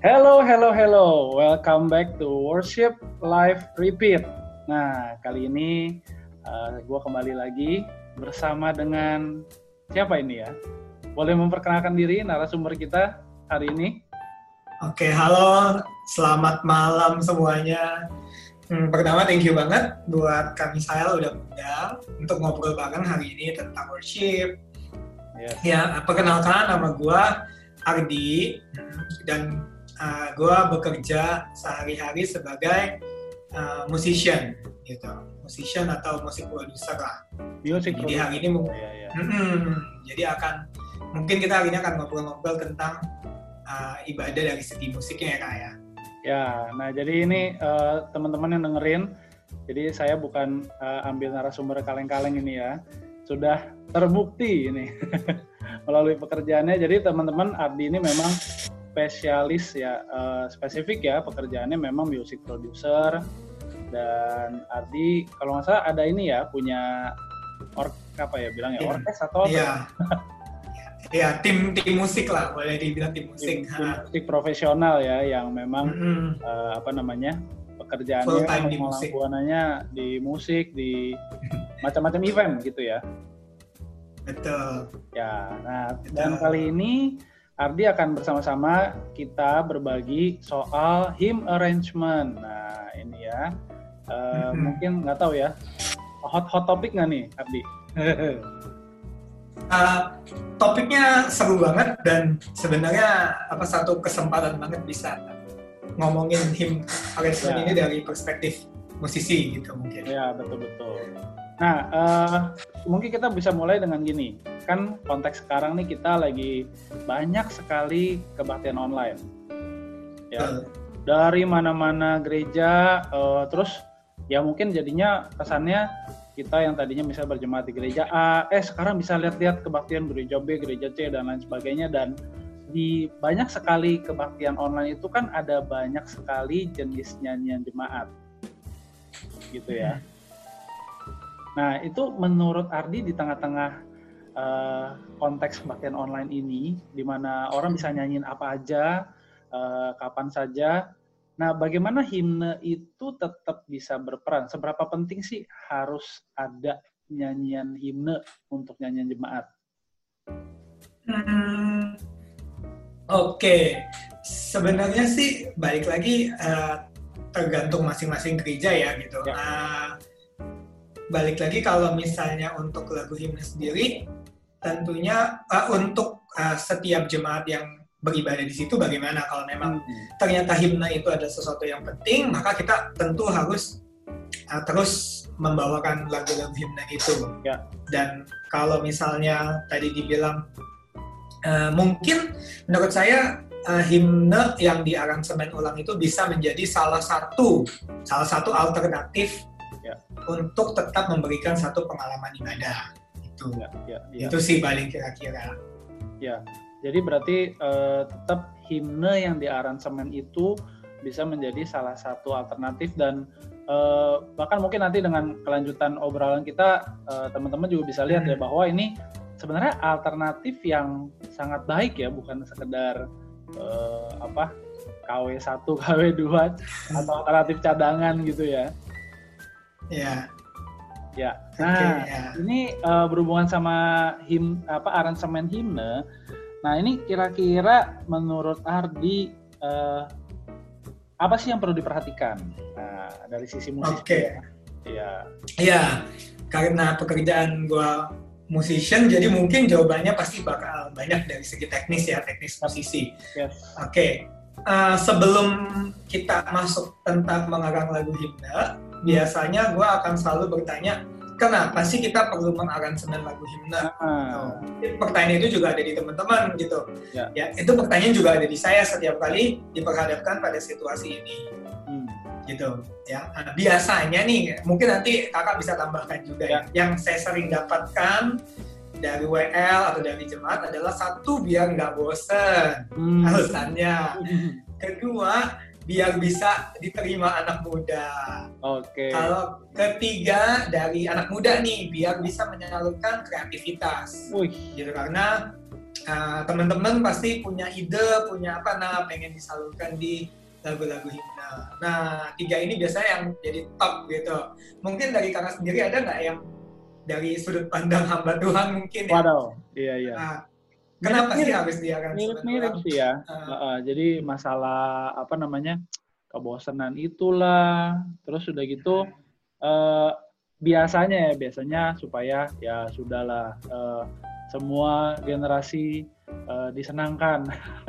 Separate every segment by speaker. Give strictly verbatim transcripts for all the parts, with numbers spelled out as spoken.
Speaker 1: Hello, hello, hello. Welcome back to Worship Live Repeat. Nah, kali ini uh, gue kembali lagi bersama dengan siapa ini ya? Boleh memperkenalkan diri narasumber kita hari ini?
Speaker 2: Oke, halo. Selamat malam semuanya. Hmm, pertama, thank you banget buat kami saya udah undang untuk ngobrol bareng hari ini tentang worship. Yes. Ya, perkenalkan nama gue Ardi dan uh, gue bekerja sehari-hari sebagai uh, musician, gitu. Musician atau musik producer lah.
Speaker 1: Music
Speaker 2: jadi hari ini, ya, ya. Hmm, jadi akan mungkin kita hari ini akan ngobrol-ngobrol tentang uh, ibadah dari segi musiknya ya kak ya.
Speaker 1: Ya, nah jadi ini uh, teman-teman yang dengerin, jadi saya bukan uh, ambil narasumber kaleng-kaleng ini ya, sudah terbukti ini melalui pekerjaannya. Jadi teman-teman, Ardi ini memang spesialis ya, uh, spesifik ya pekerjaannya memang music producer. Dan Ardi kalau nggak salah ada ini ya, punya or apa ya bilangnya
Speaker 2: yeah.
Speaker 1: orkes atau apa?
Speaker 2: Yeah. Ya, tim tim musik lah, boleh dibilang tim musik.
Speaker 1: Tim, tim musik profesional ya, yang memang mm-hmm. uh, apa namanya pekerjaannya
Speaker 2: di
Speaker 1: buananya di musik, di macam-macam event gitu ya.
Speaker 2: Betul.
Speaker 1: Ya, nah Betul. Dan kali ini Ardi akan bersama-sama kita berbagi soal hymn arrangement. Nah ini ya, uh, mm-hmm. mungkin nggak tahu ya, hot hot topik nggak nih Ardi?
Speaker 2: Uh, topiknya seru banget dan sebenarnya apa satu kesempatan banget bisa ngomongin hymn arrangement ya. Ini dari perspektif musisi gitu mungkin.
Speaker 1: Ya betul-betul. Nah uh, mungkin kita bisa mulai dengan gini, kan konteks sekarang nih kita lagi banyak sekali kebaktian online. Ya. Uh. Dari mana-mana gereja, uh, terus ya mungkin jadinya kesannya kita yang tadinya bisa berjemaat di gereja A, eh sekarang bisa lihat-lihat kebaktian gereja B, gereja C, dan lain sebagainya. Dan di banyak sekali kebaktian online itu kan ada banyak sekali jenis nyanyian jemaat. Gitu ya. Nah itu menurut Ardi di tengah-tengah uh, konteks kebaktian online ini, di mana orang bisa nyanyiin apa aja, uh, kapan saja. Nah, bagaimana himne itu tetap bisa berperan? Seberapa penting sih harus ada nyanyian himne untuk nyanyian jemaat?
Speaker 2: Hmm, Oke, okay. Sebenarnya sih balik lagi uh, tergantung masing-masing gereja ya gitu. Ya. Uh, balik lagi kalau misalnya untuk lagu himne sendiri, tentunya uh, untuk uh, setiap jemaat yang beribadah di situ bagaimana kalau memang hmm. ternyata himne itu adalah sesuatu yang penting, maka kita tentu harus uh, terus membawakan lagu-lagu himne itu.
Speaker 1: Ya.
Speaker 2: Dan kalau misalnya tadi dibilang uh, mungkin menurut saya uh, himne yang diaransemen ulang itu bisa menjadi salah satu salah satu alternatif ya. Untuk tetap memberikan satu pengalaman ibadah. Itu.
Speaker 1: Ya, ya, ya.
Speaker 2: Itu sih paling kira-kira.
Speaker 1: Ya. Jadi berarti uh, tetap himne yang diaransemen itu bisa menjadi salah satu alternatif. Dan uh, bahkan mungkin nanti dengan kelanjutan obrolan kita uh, teman-teman juga bisa lihat ya bahwa ini sebenarnya alternatif yang sangat baik ya, bukan sekedar uh, apa K W satu, K W dua atau alternatif cadangan gitu ya.
Speaker 2: Iya.
Speaker 1: Ya. Nah, okay, ya. Ini uh, berhubungan sama him apa aransemen himne. Nah ini kira-kira menurut Ardi uh, apa sih yang perlu diperhatikan nah, dari sisi musik?
Speaker 2: Oke.
Speaker 1: Iya.
Speaker 2: Iya, karena pekerjaan gue musician, jadi mungkin jawabannya pasti bakal banyak dari segi teknis ya, teknis musisi.
Speaker 1: Yes.
Speaker 2: Oke, okay. uh, sebelum kita masuk tentang mengarang lagu himne, hmm. biasanya gue akan selalu bertanya, kenapa sih kita perlu mengaransemen lagu himne? Ah. Gitu. Pertanyaan itu juga ada di teman-teman gitu. Ya. ya, itu pertanyaan juga ada di saya setiap kali diperhadapkan pada situasi ini. Hmm. Gitu. Ya, nah, biasanya nih, mungkin nanti kakak bisa tambahkan juga ya. ya. Yang saya sering dapatkan dari W L atau dari jemaat adalah satu biar nggak bosen hmm. alasannya. Hmm. Kedua, biar bisa diterima anak muda.
Speaker 1: Oke. Okay.
Speaker 2: Kalau ketiga dari anak muda nih, biar bisa menyalurkan kreativitas.
Speaker 1: Wih.
Speaker 2: Gitu, karena uh, teman-teman pasti punya ide, punya apa, nah pengen disalurkan di lagu-lagu himne. Nah, tiga ini biasanya yang jadi top gitu. Mungkin dari kakak sendiri ada nggak yang dari sudut pandang hamba Tuhan mungkin ya?
Speaker 1: Waduh, iya iya.
Speaker 2: Nah, kenapa
Speaker 1: mirip,
Speaker 2: sih harus diakan
Speaker 1: mirip-mirip sih ya. Uh, uh, jadi masalah apa namanya kebosanan itulah. Terus udah gitu uh, biasanya ya biasanya supaya ya sudahlah uh, semua generasi uh, disenangkan.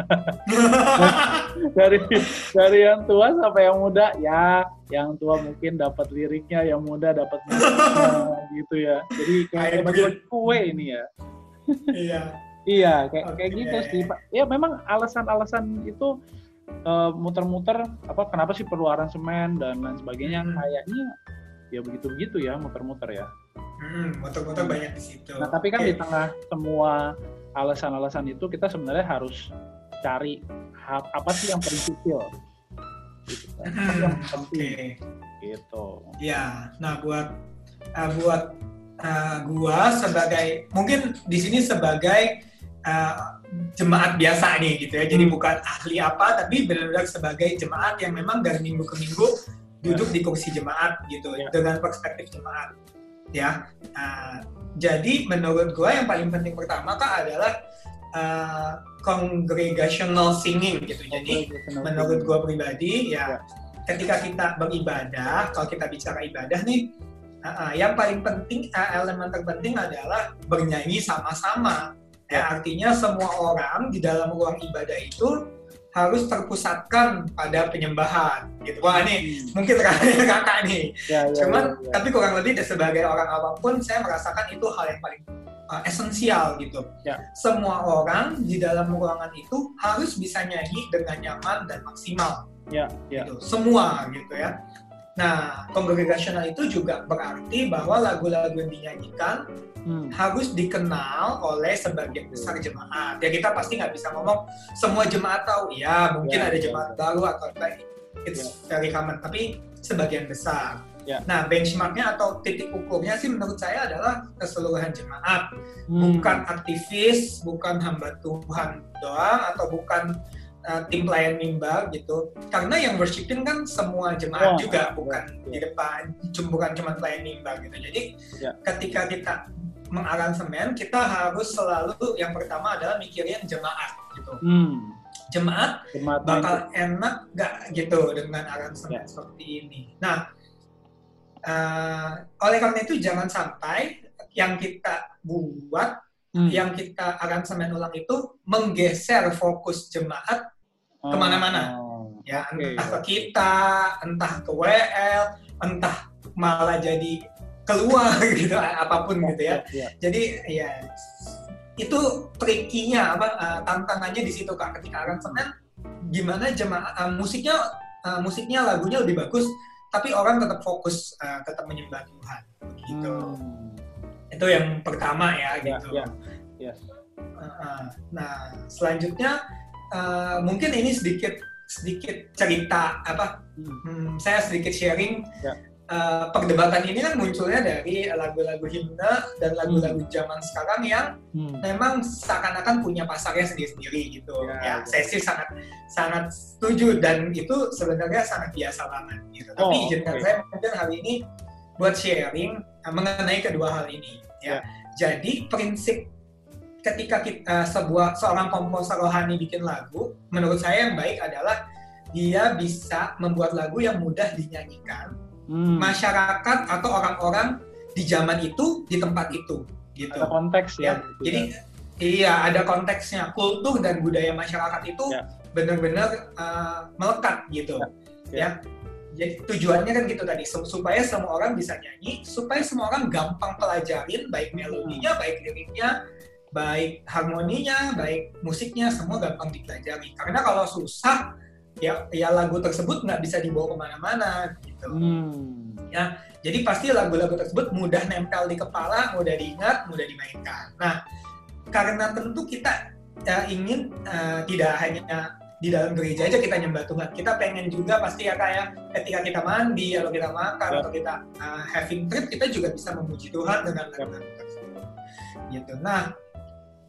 Speaker 1: dari dari yang tua sampai yang muda ya, yang tua mungkin dapat liriknya, yang muda dapat musiknya gitu ya. Jadi kayak bagi kue ini ya.
Speaker 2: Iya.
Speaker 1: Iya, kayak okay. kayak gitu sih, Pak. Ya memang alasan-alasan itu uh, muter-muter apa kenapa sih perlu aransemen dan lain sebagainya hmm. kayaknya ya begitu-begitu ya, muter-muter ya.
Speaker 2: Hmm, muter-muter banyak di situ.
Speaker 1: Nah, tapi kan okay. di tengah semua alasan-alasan itu kita sebenarnya harus cari apa sih yang prinsipil. Gitu, kan?
Speaker 2: Hmm, yang penting.
Speaker 1: Okay. Gitu.
Speaker 2: Ya, nah buat uh, buat uh, gua sebagai mungkin di sini sebagai Uh, jemaat biasa nih gitu ya, jadi bukan ahli apa, tapi benar-benar sebagai jemaat yang memang dari minggu ke minggu duduk di kursi jemaat gitu ya. Dengan perspektif jemaat ya. Uh, jadi menurut gue yang paling penting pertama kak adalah uh, congregational singing gitu. Jadi menurut gue pribadi ya, ketika kita beribadah, kalau kita bicara ibadah nih, uh, uh, yang paling penting, uh, elemen terpenting adalah bernyanyi sama-sama. Ya, artinya semua orang di dalam ruang ibadah itu harus terpusatkan pada penyembahan gitu. Wah ini hmm. mungkin terakhir kakak nih. Ya, ya, Cuman ya, ya. Tapi kurang lebih sebagai orang awam pun saya merasakan itu hal yang paling uh, esensial gitu. Ya. Semua orang di dalam ruangan itu harus bisa nyanyi dengan nyaman dan maksimal. Ya, ya. Gitu. Semua gitu ya. Nah, congregational itu juga berarti bahwa lagu-lagu yang dinyanyikan hmm. harus dikenal oleh sebagian besar jemaat. Ya kita pasti nggak bisa ngomong semua jemaat tahu. Ya mungkin yeah, ada jemaat yeah. baru atau it's yeah. very common. Tapi sebagian besar. Yeah. Nah benchmarknya atau titik ukurnya sih menurut saya adalah keseluruhan jemaat. Hmm. Bukan aktivis, bukan hamba Tuhan doang, atau bukan Uh, tim pelayan mimbar gitu, karena yang worshipin kan semua jemaat oh, juga, bukan yeah. di depan, bukan cuma pelayan mimbar gitu. Jadi yeah. ketika kita mengaransemen, kita harus selalu yang pertama adalah mikirin jemaat gitu. Hmm. Jemaat, jemaat bakal itu. Enak gak gitu dengan aransemen yeah. seperti ini. Nah, uh, oleh karena itu jangan sampai yang kita buat, hmm. yang kita aransemen ulang itu menggeser fokus jemaat kemana-mana, oh, ya okay. entah ke kita, entah ke W L, entah malah jadi keluar gitu, apapun gitu ya. Yeah, yeah. Jadi ya itu trikinya apa uh, tantangannya di situ kak, ketika aransemen gimana jemaah uh, musiknya uh, musiknya lagunya lebih bagus, tapi orang tetap fokus uh, tetap menyembah Tuhan, gitu. Hmm. Itu yang pertama ya gitu. Yeah, yeah. Yes. Uh, uh, nah selanjutnya. Uh, mungkin ini sedikit sedikit cerita apa hmm, saya sedikit sharing ya. uh, perdebatan ini kan munculnya dari lagu-lagu himne dan lagu-lagu hmm. zaman sekarang yang hmm. memang seakan-akan punya pasarnya sendiri-sendiri gitu ya, ya. Saya sih sangat sangat setuju dan itu sebenarnya sangat biasa banget gitu. Oh, tapi izinkan okay. saya mungkin hari ini buat sharing uh, mengenai kedua hal ini ya, ya. Jadi prinsip ketika kita, uh, sebuah seorang komposer rohani bikin lagu, menurut saya yang baik adalah dia bisa membuat lagu yang mudah dinyanyikan, hmm. masyarakat atau orang-orang di zaman itu di tempat itu, gitu.
Speaker 1: Ada konteks ya.
Speaker 2: ya. Jadi ya. Iya ada konteksnya, kultur dan budaya masyarakat itu ya. benar-benar uh, melekat gitu, ya. ya. Jadi tujuannya kan gitu tadi, supaya semua orang bisa nyanyi, supaya semua orang gampang pelajarin, baik melodinya, hmm. baik liriknya, baik harmoninya, baik musiknya, semua gampang dipelajari. Karena kalau susah, ya, ya lagu tersebut nggak bisa dibawa kemana-mana, gitu. Hmm. Ya, jadi pasti lagu-lagu tersebut mudah nempel di kepala, mudah diingat, mudah dimainkan. Nah, karena tentu kita ya, ingin uh, tidak hanya di dalam gereja aja kita nyembah Tuhan, kita pengen juga pasti ya kayak ketika kita mandi, atau kita makan, yeah. atau kita uh, having trip, kita juga bisa memuji Tuhan dengan lagu-lagu tersebut. Gitu. Nah.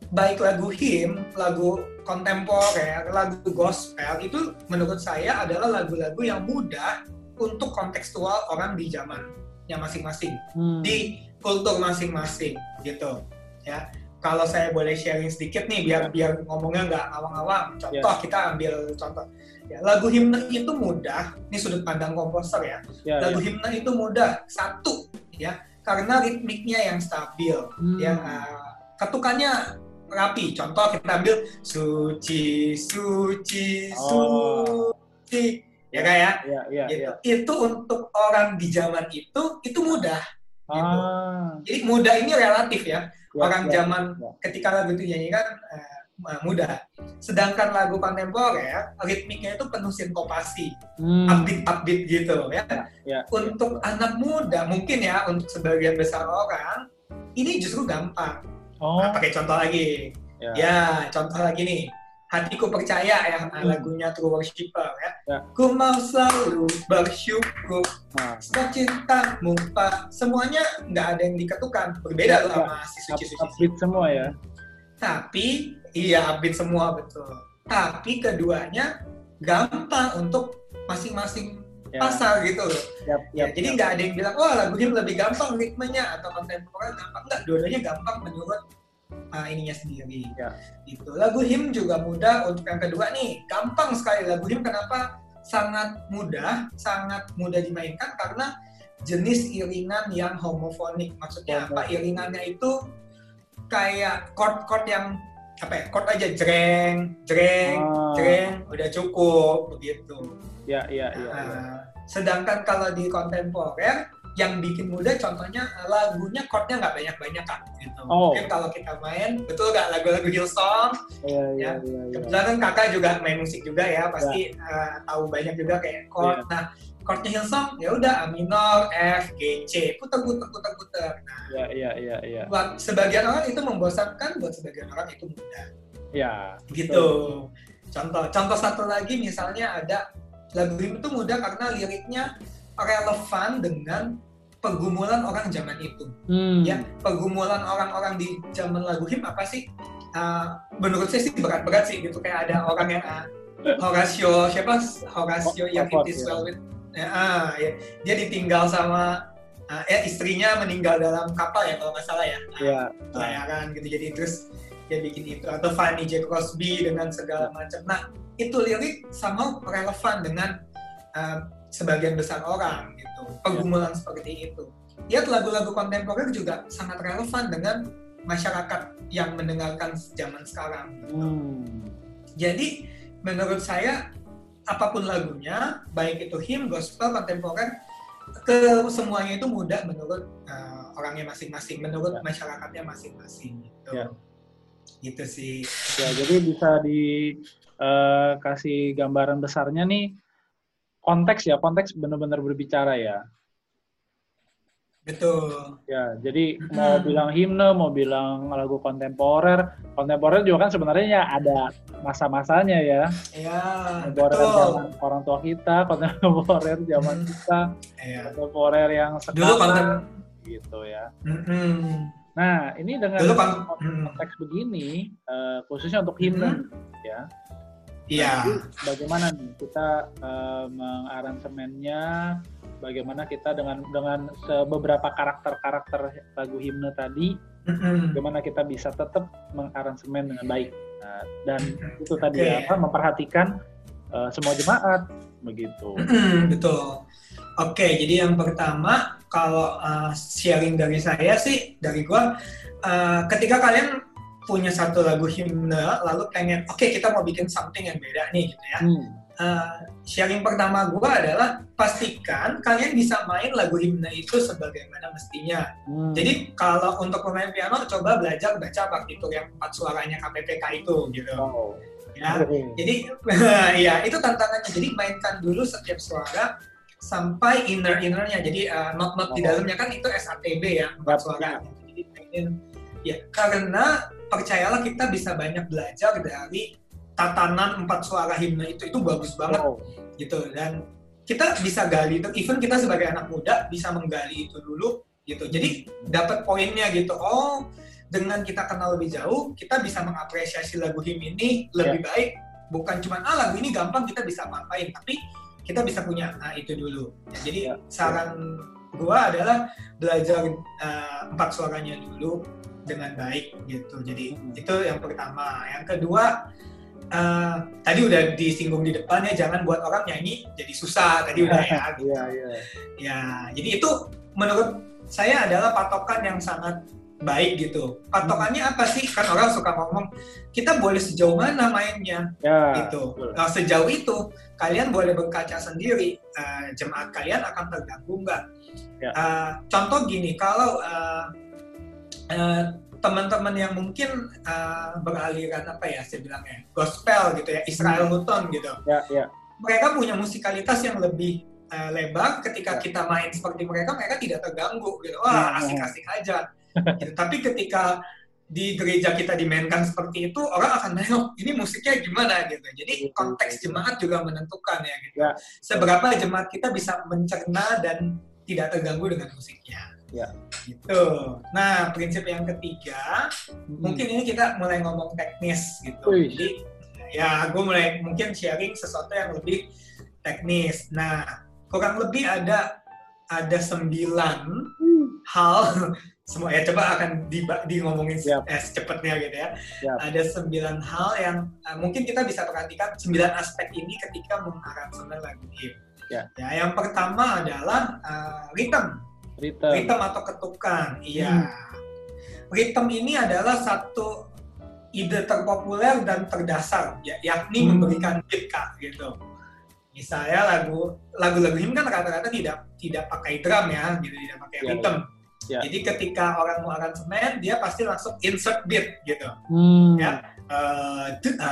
Speaker 2: baik lagu hymn, lagu kontemporer, lagu gospel itu menurut saya adalah lagu-lagu yang mudah untuk kontekstual orang di zamannya masing-masing, hmm. di kultur masing-masing gitu ya. Kalau saya boleh sharing sedikit nih biar biar ngomongnya nggak awang-awang. Contoh yeah. kita ambil contoh. Ya, lagu himne itu mudah. Ini sudut pandang komposer ya. Yeah, lagu yeah. himne itu mudah. Satu ya, karena ritmiknya yang stabil. Hmm. Ya, uh, ketukannya rapi. Contoh kita ambil suci suci oh. suci. Ya kayak ya. Yeah, yeah, gitu. yeah. Itu untuk orang di zaman itu itu mudah. Gitu. Ah. Jadi mudah ini relatif ya. Ya, orang ya, zaman ya. Ketika lagu itu nyanyikan uh, mudah. Sedangkan lagu kontemporer ritmiknya itu penuh sinkopasi, hmm. upbeat-upbeat gitu ya. ya, ya untuk ya. Anak muda mungkin ya, untuk sebagian besar orang ini justru gampang. Oh. Nah, pakai contoh lagi. Ya. ya, contoh lagi nih. Hatiku percaya ya, hmm. lagunya True Worshipper ya. ya. Ku mau selalu bersyukur nah. sebab cintamu Pak. Semuanya nggak ada yang diketukan. Berbeda ya, loh sama si suci-suci.
Speaker 1: Upbeat semua ya.
Speaker 2: Tapi iya upbeat semua betul. Tapi keduanya gampang untuk masing-masing ya. Pasar gitu loh. Yap, yap, ya, jadi nggak ada yang bilang, wah lagu ini lebih gampang ritmenya atau kontemporer gampang. Enggak, dua-duanya gampang menurut Uh, ininya sendiri. Ya. Gitu. Lagu hymn juga mudah. Untuk yang kedua nih, gampang sekali lagu hymn. Kenapa sangat mudah, sangat mudah dimainkan? Karena jenis iringan yang homofonik. Maksudnya apa? Iringannya itu kayak chord-chord yang apa ya? Chord aja jreng, jreng, ah. jreng, udah cukup begitu.
Speaker 1: Ya, ya, ya.
Speaker 2: Nah,
Speaker 1: ya.
Speaker 2: Sedangkan kalau di kontemporer yang bikin mudah, contohnya lagunya chordnya nggak banyak-banyak kan, gitu. Oh. Mungkin kalau kita main, betul nggak lagu-lagu Hillsong? Iya, iya, iya. Kebetulan kan kakak juga main musik juga ya, pasti ya. uh, tahu banyak juga kayak chord. Ya. Nah, chordnya Hillsong ya udah A minor, F, G, C, puter-puter, puter-puter. Nah,
Speaker 1: iya, iya, iya, iya.
Speaker 2: Buat sebagian orang itu membosankan, buat sebagian orang itu mudah.
Speaker 1: Ya.
Speaker 2: Gitu. Betul. Contoh, contoh satu lagi misalnya ada lagu ini tuh mudah karena liriknya relevan dengan pergumulan orang zaman itu, hmm. ya pergumulan orang-orang di zaman lagu him apa sih? Uh, menurut saya sih berat-berat sih gitu, kayak ada orang yang uh, Horatio siapa? Horatio oh, yang it is well with, ya, uh, ya, dia ditinggal sama uh, ya istrinya meninggal dalam kapal ya kalau nggak salah ya, uh, pelayaran gitu, jadi terus dia bikin itu. Atau Fanny J. Crosby dengan segala macam. Nah itu lirik sama relevan dengan uh, sebagian besar orang gitu, pergumulan ya. Seperti itu. Lihat lagu-lagu kontemporer juga sangat relevan dengan masyarakat yang mendengarkan zaman sekarang. Gitu. Hmm. Jadi menurut saya apapun lagunya, baik itu hymn, gospel, kontemporer, ke semuanya itu mudah menurut uh, orangnya masing-masing, menurut ya. Masyarakatnya masing-masing. Gitu. Ya. Gitu sih.
Speaker 1: Ya, jadi bisa dikasih uh, gambaran besarnya nih. Konteks ya, konteks benar-benar berbicara ya.
Speaker 2: Betul.
Speaker 1: Ya, jadi hmm. mau bilang himne, mau bilang lagu kontemporer, kontemporer juga kan sebenarnya ya ada masa-masanya ya.
Speaker 2: Iya,
Speaker 1: kontemporer
Speaker 2: betul.
Speaker 1: Zaman orang tua kita, kontemporer zaman hmm. kita, ya. Kontemporer yang sekarang,
Speaker 2: dulu kontem...
Speaker 1: gitu ya.
Speaker 2: Hmm.
Speaker 1: Nah, ini dengan
Speaker 2: dulu
Speaker 1: konteks hmm. begini, uh, khususnya untuk himne, hmm. ya.
Speaker 2: Iya.
Speaker 1: Nah, bagaimana nih kita uh, mengaransemennya? Bagaimana kita dengan dengan beberapa karakter-karakter lagu himne tadi, mm-hmm. bagaimana kita bisa tetap mengaransemen dengan baik? Nah, dan itu tadi okay. apa? Memperhatikan uh, semua jemaat, begitu.
Speaker 2: Mm-hmm, betul. Oke, okay, jadi yang pertama kalau uh, sharing dari saya sih, dari gua, uh, ketika kalian punya satu lagu himne, lalu pengen, oke okay, kita mau bikin something yang beda nih gitu ya. Hmm. Uh, sharing pertama gue adalah pastikan kalian bisa main lagu himne itu sebagaimana mestinya. Hmm. Jadi kalau untuk pemain piano coba belajar baca partitur yang empat suaranya K P P K itu gitu. Oh. Ya, hmm. jadi ya itu tantangannya. Jadi mainkan dulu setiap suara sampai inner innernya. Jadi uh, not-not oh. di dalamnya kan itu S A T B ya empat suara. Jadi mainin ya karena percayalah kita bisa banyak belajar dari tatanan empat suara himne itu, itu bagus banget oh. gitu, dan kita bisa gali itu, even kita sebagai anak muda bisa menggali itu dulu gitu, jadi dapat poinnya gitu. Oh dengan kita kenal lebih jauh, kita bisa mengapresiasi lagu him ini lebih yeah. baik. Bukan cuma ah lagu ini gampang kita bisa apa-apain, tapi kita bisa punya nah, itu dulu. Ya, jadi yeah. saran gua adalah belajar uh, empat suaranya dulu dengan baik gitu. Jadi hmm. itu yang pertama. Yang kedua, uh, tadi udah disinggung di depan ya, jangan buat orang nyanyi jadi susah. Tadi udah ya. Gitu.
Speaker 1: Yeah, yeah.
Speaker 2: Ya, jadi itu menurut saya adalah patokan yang sangat baik gitu. Patokannya apa sih? Kan orang suka ngomong, kita boleh sejauh mana mainnya, ya, gitu. Nah, sejauh itu kalian boleh berkaca sendiri. Uh, jemaat kalian akan terganggu nggak? Ya. Uh, contoh gini, kalau uh, uh, teman-teman yang mungkin uh, beraliran apa ya, saya bilangnya gospel gitu ya, Israel Houghton gitu. Ya, ya. Mereka punya musikalitas yang lebih uh, lebar. Ketika ya. kita main seperti mereka, mereka tidak terganggu gitu. Wah, asik-asik aja. Gitu. Tapi ketika di gereja kita dimainkan seperti itu, orang akan nengok ini musiknya gimana gitu. Jadi konteks jemaat juga menentukan ya gitu. Ya. Seberapa jemaat kita bisa mencerna dan tidak terganggu dengan musiknya. Ya. Gitu. Nah, prinsip yang ketiga, hmm. mungkin ini kita mulai ngomong teknis gitu. Uish. Jadi ya gue mulai mungkin sharing sesuatu yang lebih teknis. Nah, kurang lebih ada ada sembilan hmm. hal. Semua ya coba akan di, di ngomongin yep. eh, secepatnya gitu ya. Yep. Ada sembilan hal yang uh, mungkin kita bisa perhatikan sembilan aspek ini ketika mengaransemen lagu him. Yeah. Ya, yang pertama adalah uh, rhythm. Rhythm. Rhythm atau ketukan. Iya. Hmm. Rhythm ini adalah satu ide terpopuler dan terdasar, ya, yakni hmm. memberikan beat Kak, gitu. Misalnya lagu lagu-lagu him kan rata-rata tidak tidak pakai drum ya, gitu, tidak pakai yeah. rhythm. Yeah. Jadi ketika orang mau aransemen, dia pasti langsung insert beat gitu, hmm. ya, uh,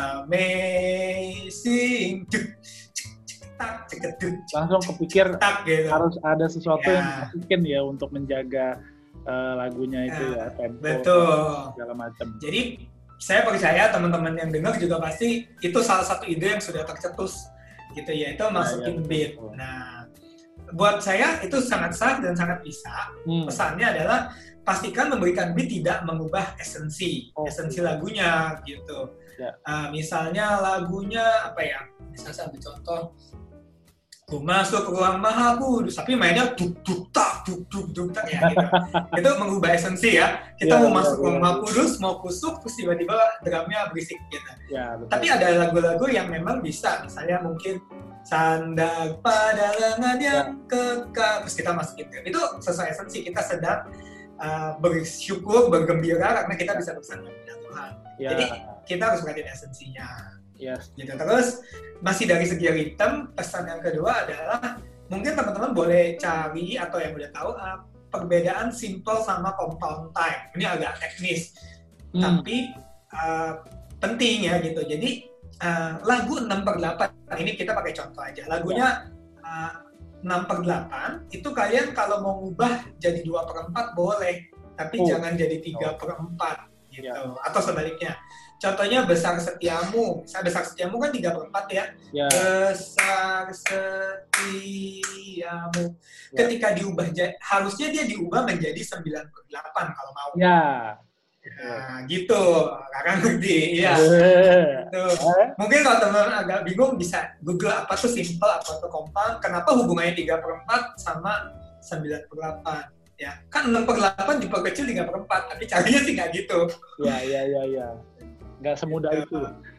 Speaker 2: amazing, tak,
Speaker 1: langsung kepikir tak, gitu. Harus ada sesuatu yeah. yang mungkin ya untuk menjaga uh, lagunya itu yeah. ya, tempo,
Speaker 2: betul,
Speaker 1: segala macam.
Speaker 2: Jadi saya percaya teman-teman yang dengar juga pasti itu salah satu ide yang sudah tercetus, gitu ya, itu masukin yeah, yeah, beat. Betul. Nah. Buat saya itu sangat sah dan sangat bisa. Hmm. Pesannya adalah pastikan memberikan beat tidak mengubah esensi, oh. esensi lagunya gitu. Ya. Uh, misalnya lagunya apa ya? Misalnya saya ambil contoh, ku masuk ruang maha kudus, tapi mainnya duk duk tak duk duk duk tak ya gitu. Itu mengubah esensi ya. Kita ya, mau ya, masuk ya, ruang ya. maha kudus, mau kusuk, terus tiba-tiba drumnya berisik gitu. Ya, tapi ada lagu-lagu yang memang bisa, misalnya mungkin sandang pada lengan yang ya. kekal, terus kita masukin itu sesuai esensi, kita sedang uh, bersyukur, bergembira karena kita bisa bersandar pada Tuhan. Ya. Jadi kita harus perhatiin esensinya. Yes. Gitu. Terus masih dari segi ritme, pesan yang kedua adalah mungkin teman-teman boleh cari atau yang udah tahu uh, perbedaan simple sama compound time. Ini agak teknis, hmm. tapi uh, penting ya gitu. Jadi Uh, lagu enam per delapan, ini kita pakai contoh aja. Lagunya uh, enam per delapan, itu kalian kalau mau ngubah jadi dua per empat boleh, tapi oh. jangan jadi tiga per empat gitu. Ya. Atau sebaliknya. Contohnya Besar Setiamu. Misalnya Besar Setiamu kan tiga per empat ya. ya. Besar Setiamu. Ya. Ketika diubah, harusnya dia diubah menjadi sembilan per delapan kalau mau. Ya. Nah, gitu, kakak ngerti, iya. Gitu. Mungkin kalau teman-teman agak bingung bisa Google apa tuh simple, apa tuh compound, kenapa hubungannya tiga per empat sama sembilan per delapan. Ya, kan enam per delapan diperkecil tiga per empat, tapi caranya sih nggak gitu.
Speaker 1: Iya, iya, iya, iya. Nggak semudah itu.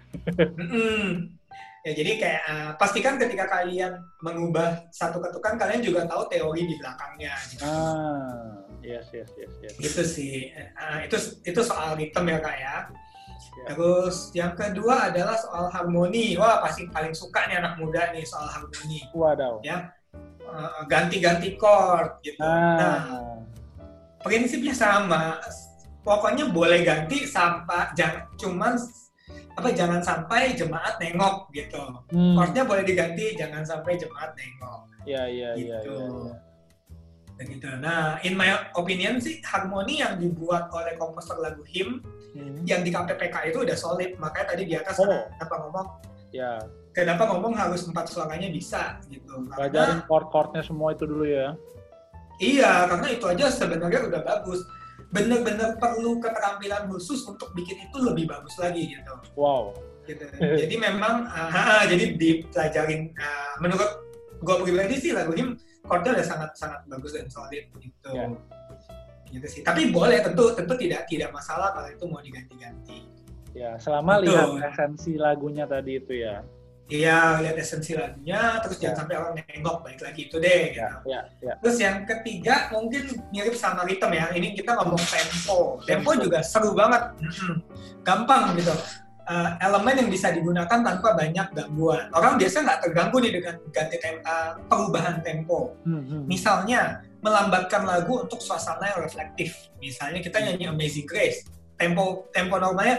Speaker 2: Ya, jadi kayak uh, pastikan ketika kalian mengubah satu ketukan, kalian juga tahu teori di belakangnya. Gitu.
Speaker 1: Ah. Yes, yes, yes, yes.
Speaker 2: Itu sih, uh, itu itu soal ritme ya Kak ya. Yeah. Terus yang kedua adalah soal harmoni. Wah, pasti paling suka nih anak muda nih soal harmoni.
Speaker 1: Waduh.
Speaker 2: Ya, uh, ganti-ganti chord gitu. Ah. Nah, prinsipnya sama. Pokoknya boleh ganti sampai jangan cuman apa jangan sampai jemaat nengok gitu. Hmm. Chordnya boleh diganti, jangan sampai jemaat nengok.
Speaker 1: Iya, iya, iya.
Speaker 2: Begitu. Nah, in my opinion sih harmoni yang dibuat oleh komposer lagu him hmm. yang di K P P K itu udah solid. Makanya tadi di atas oh. kenapa ngomong? Ya. Kenapa ngomong harus empat suaranya bisa gitu?
Speaker 1: Pelajarin chord-chordnya semua itu dulu ya.
Speaker 2: Iya, karena itu aja sebenarnya udah bagus. benar-benar perlu keterampilan khusus untuk bikin itu lebih bagus lagi gitu.
Speaker 1: Wow.
Speaker 2: Gitu. Jadi memang uh, jadi dipelajarin uh, menurut gue pribadi sih lagu him chordnya udah sangat sangat bagus dan solid gitu. Yeah. Gitu sih. Tapi boleh tentu tentu tidak tidak masalah kalau itu mau diganti-ganti.
Speaker 1: Ya, selama Betul. lihat esensi lagunya tadi itu ya.
Speaker 2: Iya, lihat esensi lagunya, terus ya. jangan sampai orang nengok, balik lagi itu deh. Gitu.
Speaker 1: Ya, ya, ya.
Speaker 2: Terus yang ketiga mungkin mirip sama ritme ya. Ini kita ngomong tempo. Tempo juga seru banget, gampang gitu. Uh, elemen yang bisa digunakan tanpa banyak gangguan. Orang biasa nggak terganggu nih dengan ganti tem- uh, perubahan tempo. Hmm. Misalnya melambatkan lagu untuk suasana yang reflektif. Misalnya kita nyanyi Amazing Grace. Tempo tempo normalnya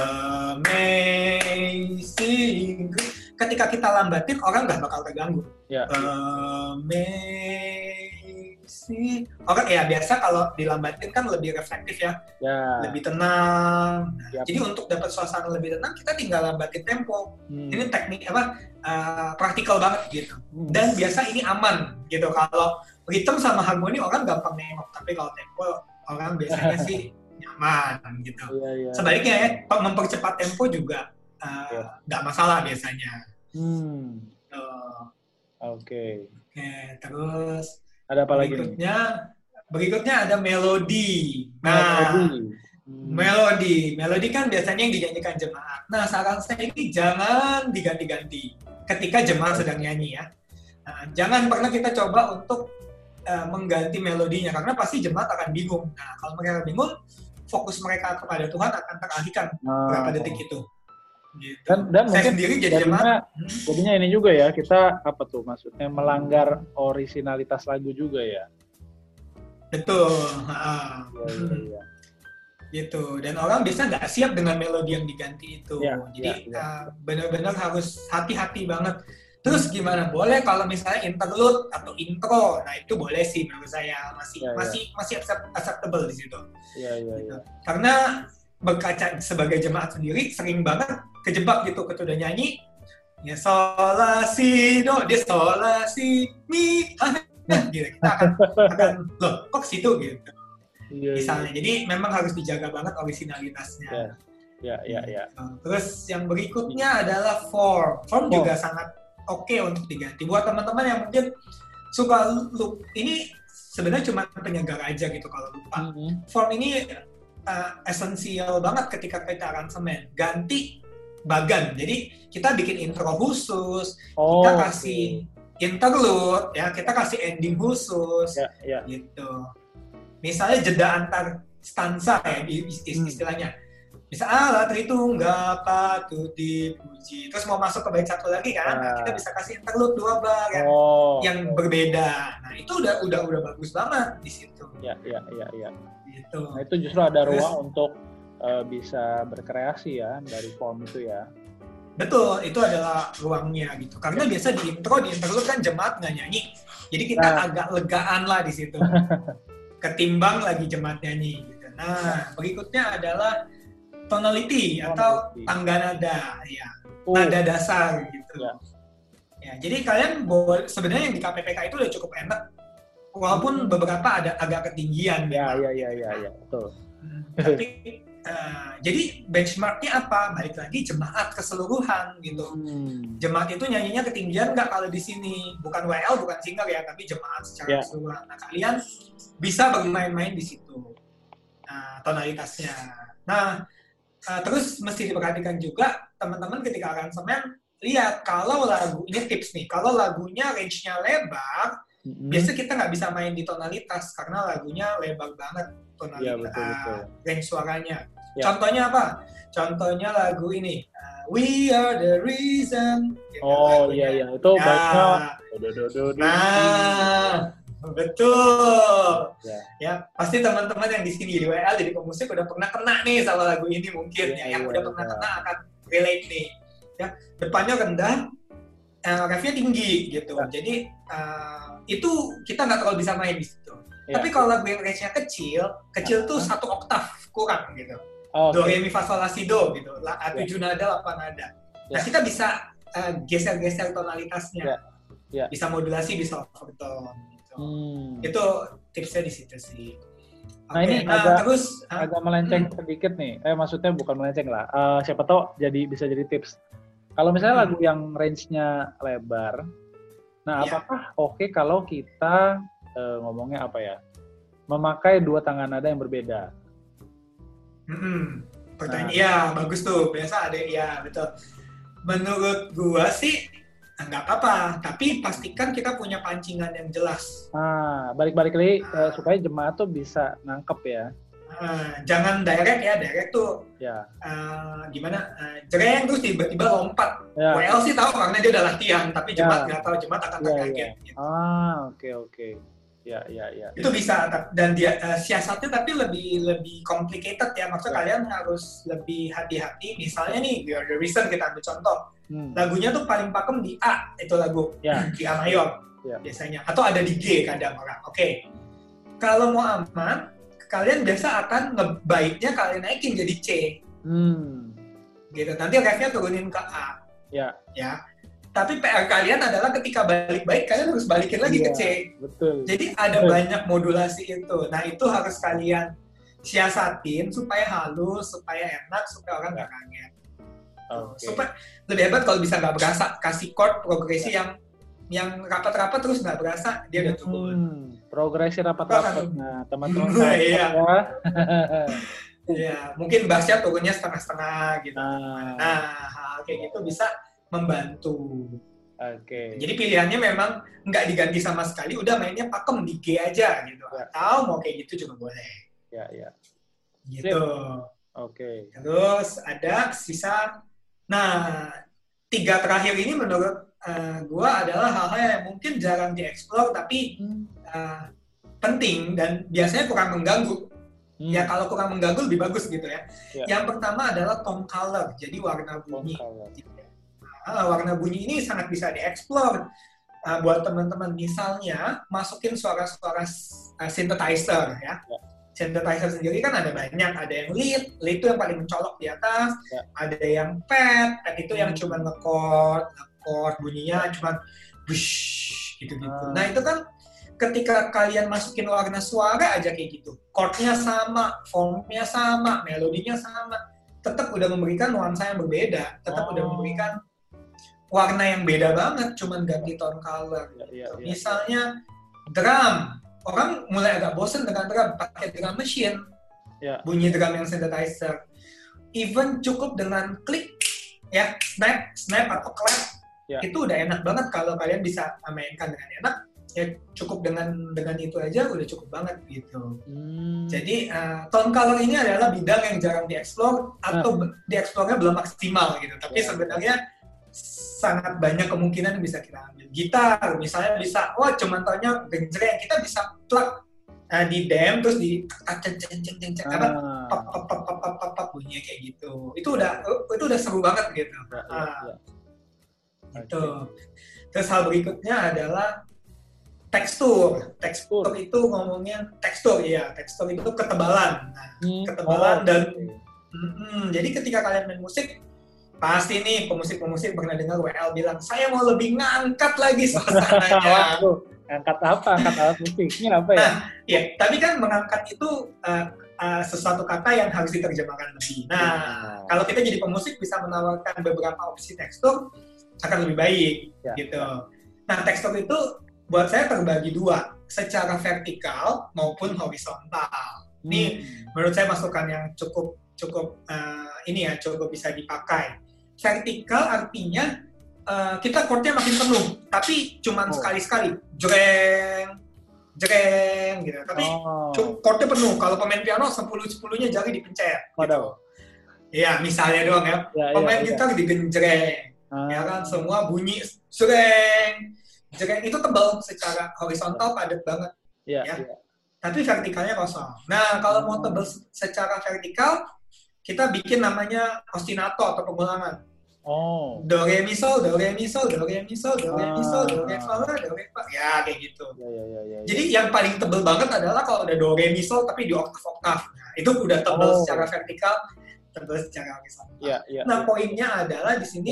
Speaker 2: Amazing Grace. Ketika kita lambatin orang nggak bakal terganggu.
Speaker 1: Ya.
Speaker 2: Amazing. Orang ya biasa kalau dilambatin kan lebih reflektif ya,
Speaker 1: ya.
Speaker 2: lebih tenang. Nah,
Speaker 1: ya.
Speaker 2: Jadi untuk dapat suasana lebih tenang kita tinggal lambatin tempo. Hmm. Ini teknik apa? Uh, praktikal banget gitu. Hmm. Dan biasa ini aman gitu. Kalau ritme sama harmoni orang gampang nengok, tapi kalau tempo orang biasanya sih nyaman gitu.
Speaker 1: Ya, ya.
Speaker 2: Sebaliknya ya, mempercepat tempo juga nggak uh, ya. masalah biasanya.
Speaker 1: Hmm. Oke.
Speaker 2: Okay. Oke, okay, terus
Speaker 1: ada apa lagi?
Speaker 2: Berikutnya, berikutnya ada melodi. Nah, melodi. Hmm. melodi, melodi kan biasanya yang dinyanyikan jemaat. Nah, saran saya ini jangan diganti-ganti ketika jemaat sedang nyanyi ya. Nah, jangan pernah kita coba untuk uh, mengganti melodinya karena pasti jemaat akan bingung. Nah, kalau mereka bingung, fokus mereka kepada Tuhan akan teralihkan oh. berapa detik itu. Gitu.
Speaker 1: Dan, dan
Speaker 2: saya
Speaker 1: mungkin
Speaker 2: sendiri jadi jemaat.
Speaker 1: Jadinya ini juga ya, kita apa tuh maksudnya melanggar orisinalitas lagu juga ya.
Speaker 2: Betul. Ya, ya, ya. Gitu. Dan orang biasa nggak siap dengan melodi yang diganti itu. Ya, jadi ya, ya. Uh, benar-benar harus hati-hati banget. Terus gimana? Boleh kalau misalnya interlude atau intro, nah itu boleh sih menurut saya masih ya, masih ya. masih acceptable di situ.
Speaker 1: Iya iya
Speaker 2: gitu.
Speaker 1: Ya.
Speaker 2: Karena berkaca sebagai jemaat sendiri sering banget kejebak gitu ketika udah nyanyi ya sol la si do dia sol la si mi nah gitu kita akan akan loh kok situ gitu ya, misalnya ya. Jadi memang harus dijaga banget orisinalitasnya
Speaker 1: ya ya ya, ya.
Speaker 2: Terus yang berikutnya adalah form form oh. juga sangat oke okay untuk diganti buat teman-teman yang mungkin suka loop ini sebenarnya cuma penyegar aja gitu kalau lupa mm-hmm. form ini Uh, esensial banget ketika kita aransemen ganti bagan jadi kita bikin intro khusus oh, kita kasih okay. interlude ya kita kasih ending khusus
Speaker 1: yeah, yeah.
Speaker 2: gitu misalnya jeda antar stanza ya istilahnya hmm. misalnya alat Tritunggal patut dipuji terus mau masuk ke bait satu lagi kan yeah. nah, kita bisa kasih interlude dua bar yang,
Speaker 1: oh.
Speaker 2: yang berbeda nah itu udah udah udah bagus banget di situ
Speaker 1: ya ya ya ya
Speaker 2: gitu.
Speaker 1: Nah, itu justru ada ruang Terus, untuk uh, bisa berkreasi ya dari form itu ya.
Speaker 2: Betul, itu adalah ruangnya gitu. Karena biasa di intro, di interlude kan jemaat nggak nyanyi. Jadi kita nah. agak legaan lah di situ. Ketimbang lagi jemaat nyanyi gitu. Nah, berikutnya adalah tonality atau tangga nada ya. Uh. Nada dasar gitu. Ya. Ya, jadi kalian boleh sebenarnya yang di K P P K itu udah cukup enak. Walaupun beberapa ada agak ketinggian.
Speaker 1: Ya, ya, ya, ya, ya, betul.
Speaker 2: Tapi uh, jadi benchmarknya apa? Balik lagi jemaat keseluruhan gitu. Hmm. Jemaat itu nyanyinya ketinggian nggak kalau di sini? Bukan W L, bukan singer ya, tapi jemaat secara yeah. keseluruhan. Nah kalian bisa bermain-main di situ. Nah, tonalitasnya. Nah, uh, terus mesti diperhatikan juga teman-teman ketika aransemen lihat kalau lagu ini tips nih, kalau lagunya range-nya lebar. Mm-hmm. Biasa kita nggak bisa main di tonalitas karena lagunya lebar banget tonalitas ya, betul, betul. range suaranya. Ya. Contohnya apa? Contohnya lagu ini uh, We Are the Reason.
Speaker 1: Oh iya iya itu ya. Banyak.
Speaker 2: Nah betul. Ya. ya pasti teman-teman yang di sini di W L jadi pemusik udah pernah kena nih sama lagu ini mungkin ya, ya. Yang ya, udah ya. pernah kena akan relate nih. Ya depannya rendah. Uh, refnya tinggi gitu, ya. Jadi uh, itu kita nggak terlalu bisa main di situ. Ya. Tapi kalau lagu yang range-nya kecil, kecil ya. tuh satu oktav kurang gitu. Oh, do, okay. re, mi, fa, sol, la, si, do gitu. La, ya. tujuh nada, delapan nada. Ya. Nah kita bisa uh, geser-geser tonalitasnya, ya. Ya. Bisa modulasi, bisa overtone. Gitu. Hmm. Itu tipsnya di situ sih.
Speaker 1: Nah
Speaker 2: okay,
Speaker 1: ini
Speaker 2: nah,
Speaker 1: agak
Speaker 2: terus
Speaker 1: agak melenceng hmm. sedikit nih. Eh maksudnya bukan melenceng lah. Uh, siapa tahu jadi bisa jadi tips. Kalau misalnya hmm. lagu yang range-nya lebar, nah yeah. apakah oke okay kalau kita uh, ngomongnya apa ya? Memakai dua tangan nada yang berbeda.
Speaker 2: Hmm. Pertanyaan, nah. ya bagus tuh. Biasa ada ya betul. Menurut gua sih nggak apa-apa, tapi pastikan kita punya pancingan yang jelas.
Speaker 1: Ah, balik-balik lagi nah. uh, supaya jemaat tuh bisa nangkep ya.
Speaker 2: Uh, jangan direct ya, direct tuh
Speaker 1: ya.
Speaker 2: uh, gimana? Uh, jreng terus tiba-tiba lompat. Ya. W L sih tahu karena dia udah latihan, tapi jemaat nggak ya. tahu, jemaat akan terkaget. Ya, ya.
Speaker 1: Gitu. Ah, oke okay, oke. Okay. Ya, ya, ya.
Speaker 2: Itu bisa dan dia uh, siasatnya tapi lebih lebih complicated ya. Maksudnya ya. Kalian harus lebih hati-hati. Misalnya nih, We Are The Reason kita ambil contoh. Hmm. Lagunya tuh paling pakem di A, itu lagu.
Speaker 1: Ya.
Speaker 2: Di A mayor ya. Biasanya. Atau ada di G kadang orang. Oke. Okay. Kalau mau aman, kalian biasa akan ngebaiknya kalian naikin jadi C.
Speaker 1: Hmm.
Speaker 2: Gitu. Nanti refnya turunin ke A.
Speaker 1: Ya.
Speaker 2: Ya. Tapi P R kalian adalah ketika balik baik kalian harus balikin lagi
Speaker 1: ya,
Speaker 2: ke C.
Speaker 1: Betul.
Speaker 2: Jadi ada betul. Banyak modulasi itu. Nah itu harus kalian siasatin supaya halus, supaya enak, supaya orang nggak kaget.
Speaker 1: Okay.
Speaker 2: Supaya lebih hebat kalau bisa nggak berasa. Kasih chord progresi ya. yang yang rapat-rapat terus nggak berasa dia udah turun. Hmm,
Speaker 1: progresi rapat-rapat. Nah teman-teman
Speaker 2: iya. ya mungkin bassnya turunnya setengah-setengah gitu. Ah. Nah hal kayak gitu bisa membantu.
Speaker 1: Oke. Okay.
Speaker 2: Jadi pilihannya memang nggak diganti sama sekali, udah mainnya pakem di G aja gitu. Ya. Atau mau kayak gitu juga boleh.
Speaker 1: Ya ya.
Speaker 2: Gitu.
Speaker 1: Oke. Okay.
Speaker 2: Terus ada sisa. Nah tiga terakhir ini menurut uh, gua adalah hal-hal yang mungkin jarang dieksplor tapi uh, penting dan biasanya kurang mengganggu. Hmm. Ya kalau kurang mengganggu lebih bagus gitu ya. ya. Yang pertama adalah tone color, jadi warna bunyi. Uh, warna bunyi ini sangat bisa dieksplor uh, buat teman-teman. Misalnya masukin suara-suara uh, synthesizer ya. ya. Synthesizer sendiri kan ada banyak, ada yang lead, lead itu yang paling mencolok di atas, ya. Ada yang pad, pad itu hmm. yang cuma nge-chord, nge-chord bunyinya cuma bush gitu-gitu. Hmm. Nah itu kan ketika kalian masukin warna suara aja kayak gitu, chordnya sama, formnya sama, melodinya sama, tetap udah memberikan nuansa yang berbeda, tetap oh. udah memberikan warna yang beda banget, cuman ganti tone color. Ya, ya, ya. Misalnya drum, orang mulai agak bosen dengan drum, pakai drum machine, ya. Bunyi drum yang synthesizer. Even cukup dengan klik, ya snap, snap atau clap, ya. Itu udah enak banget kalau kalian bisa mainkan dengan enak. Ya cukup dengan dengan itu aja udah cukup banget gitu. Hmm. Jadi uh, tone color ini adalah bidang yang jarang dieksplor atau nah. dieksplornya belum maksimal gitu. Tapi ya. Sebenarnya sangat banyak kemungkinan yang bisa kita ambil. Gitar misalnya bisa, wah cuman taunya genjreng, kita bisa plug uh, di dam terus di ceng ceng ceng ceng ceng apa pop pop pop pop pop pop pop bunyinya kayak gitu. Itu udah itu udah seru banget gitu. Ya, ya, ya. Gitu. Okay. Terus hal berikutnya adalah tekstur. Tekstur itu ngomongnya tekstur ya, tekstur itu ketebalan. Nah, hmm. ketebalan oh, dan okay. mm, jadi ketika kalian main musik pasti nih pemusik-pemusik pernah dengar W L bilang saya mau lebih ngangkat lagi suasananya.
Speaker 1: Ngangkat apa? Angkat alat musiknya apa ya?
Speaker 2: Nah, ya, tapi kan mengangkat itu uh, uh, sesuatu kata yang harus diterjemahkan lebih. Nah, hmm. kalau kita jadi pemusik bisa menawarkan beberapa opsi tekstur akan lebih baik ya. Gitu. Nah, tekstur itu buat saya terbagi dua, secara vertikal maupun horizontal. Hmm. Ini menurut saya masukan yang cukup cukup uh, ini ya cukup bisa dipakai. Vertikal artinya uh, kita chordnya makin penuh, tapi cuman oh. sekali-sekali, jreng, jreng gitu. Tapi oh. chordnya penuh. Kalau pemain piano sepuluh sepuluhnya jari dipencet. Gitu. Ya misalnya doang ya. ya pemain ya, gitar ya. Digenjreng, ah. ya kan semua bunyi jreng, jreng itu tebal secara horizontal padat banget. Ya. ya. ya. Tapi vertikalnya kosong. Nah kalau mau tebal secara vertikal kita bikin namanya ostinato atau pengulangan.
Speaker 1: Oh.
Speaker 2: Do re mi sol, do re mi sol, do re mi sol, do re mi sol, do re fa la, do re fa. Ya kayak gitu.
Speaker 1: Ya, ya, ya, ya,
Speaker 2: Jadi ya. Yang paling tebel banget adalah kalau udah do re mi sol tapi di oktav-oktav. Nah, itu udah tebel oh. secara vertikal, tebel secara horizontal.
Speaker 1: Ya, ya,
Speaker 2: nah,
Speaker 1: ya.
Speaker 2: poinnya adalah di sini ya.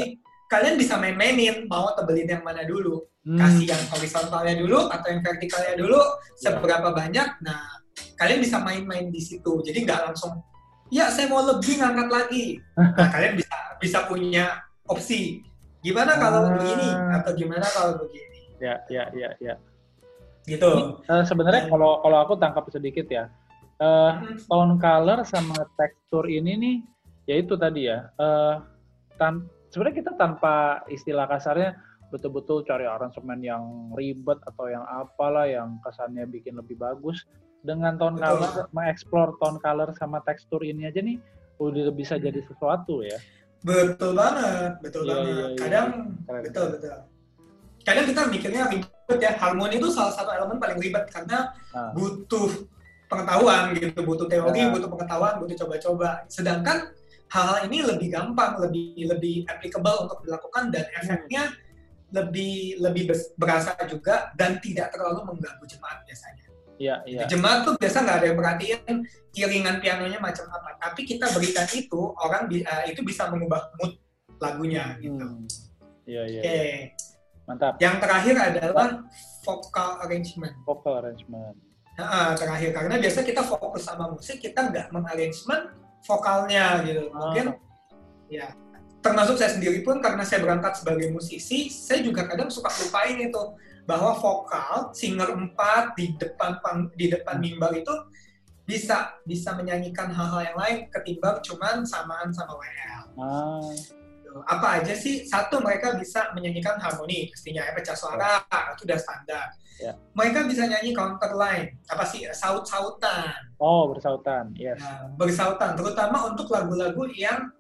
Speaker 2: kalian bisa main-mainin mau tebelin yang mana dulu. Hmm. Kasih yang horizontalnya dulu atau yang vertikalnya dulu, seberapa banyak. Nah, kalian bisa main-main di situ. Jadi nggak langsung, ya saya mau lebih ngangkat lagi. Nah, kalian bisa bisa punya opsi. Gimana kalau begini atau gimana kalau begini?
Speaker 1: Ya, ya, ya, ya.
Speaker 2: Gitu.
Speaker 1: Ini, uh, sebenarnya kalau kalau aku tangkap sedikit ya, uh, hmm. tone color sama tekstur ini nih, ya itu tadi ya. Uh, tan sebenarnya kita tanpa istilah kasarnya betul-betul cari aransemen yang ribet atau yang apalah yang kesannya bikin lebih bagus. Dengan tone betul. Color, mengeksplor tone color sama tekstur ini aja nih udah bisa hmm. jadi sesuatu ya.
Speaker 2: Betul banget, betul ya, banget. Ya, ya, Kadang ya. betul betul. Kadang kita mikirnya ribet ya, harmoni itu salah satu elemen paling ribet karena ah. butuh pengetahuan gitu, butuh teori, ah. butuh pengetahuan, butuh coba-coba. Sedangkan hal-hal ini lebih gampang, lebih lebih applicable untuk dilakukan dan efeknya hmm. lebih lebih berasa juga dan tidak terlalu mengganggu jemaat biasanya.
Speaker 1: Iya, iya.
Speaker 2: Jemaat tuh biasa nggak ada yang perhatiin iringan pianonya macam apa, tapi kita berikan itu orang uh, itu bisa mengubah mood lagunya gitu.
Speaker 1: Iya, iya.
Speaker 2: Oke. Okay.
Speaker 1: Mantap.
Speaker 2: Yang terakhir adalah vocal arrangement.
Speaker 1: Vocal arrangement.
Speaker 2: Nah, terakhir karena biasa kita fokus sama musik, kita nggak mengarrangement vokalnya gitu. Mungkin oh. ya. Termasuk saya sendiri pun karena saya berangkat sebagai musisi, saya juga kadang suka lupain itu bahwa vokal singer empat di depan di depan mimbar itu bisa bisa menyanyikan hal-hal yang lain ketimbang cuman samaan sama W L.
Speaker 1: Ah.
Speaker 2: Apa aja sih? Satu, mereka bisa menyanyikan harmoni, pastinya ya, pecah suara yeah. itu udah standar. Yeah. Mereka bisa nyanyi counterline, apa sih saut-sautan.
Speaker 1: Oh, bersautan, yes.
Speaker 2: Nah, bersautan, terutama untuk lagu-lagu yang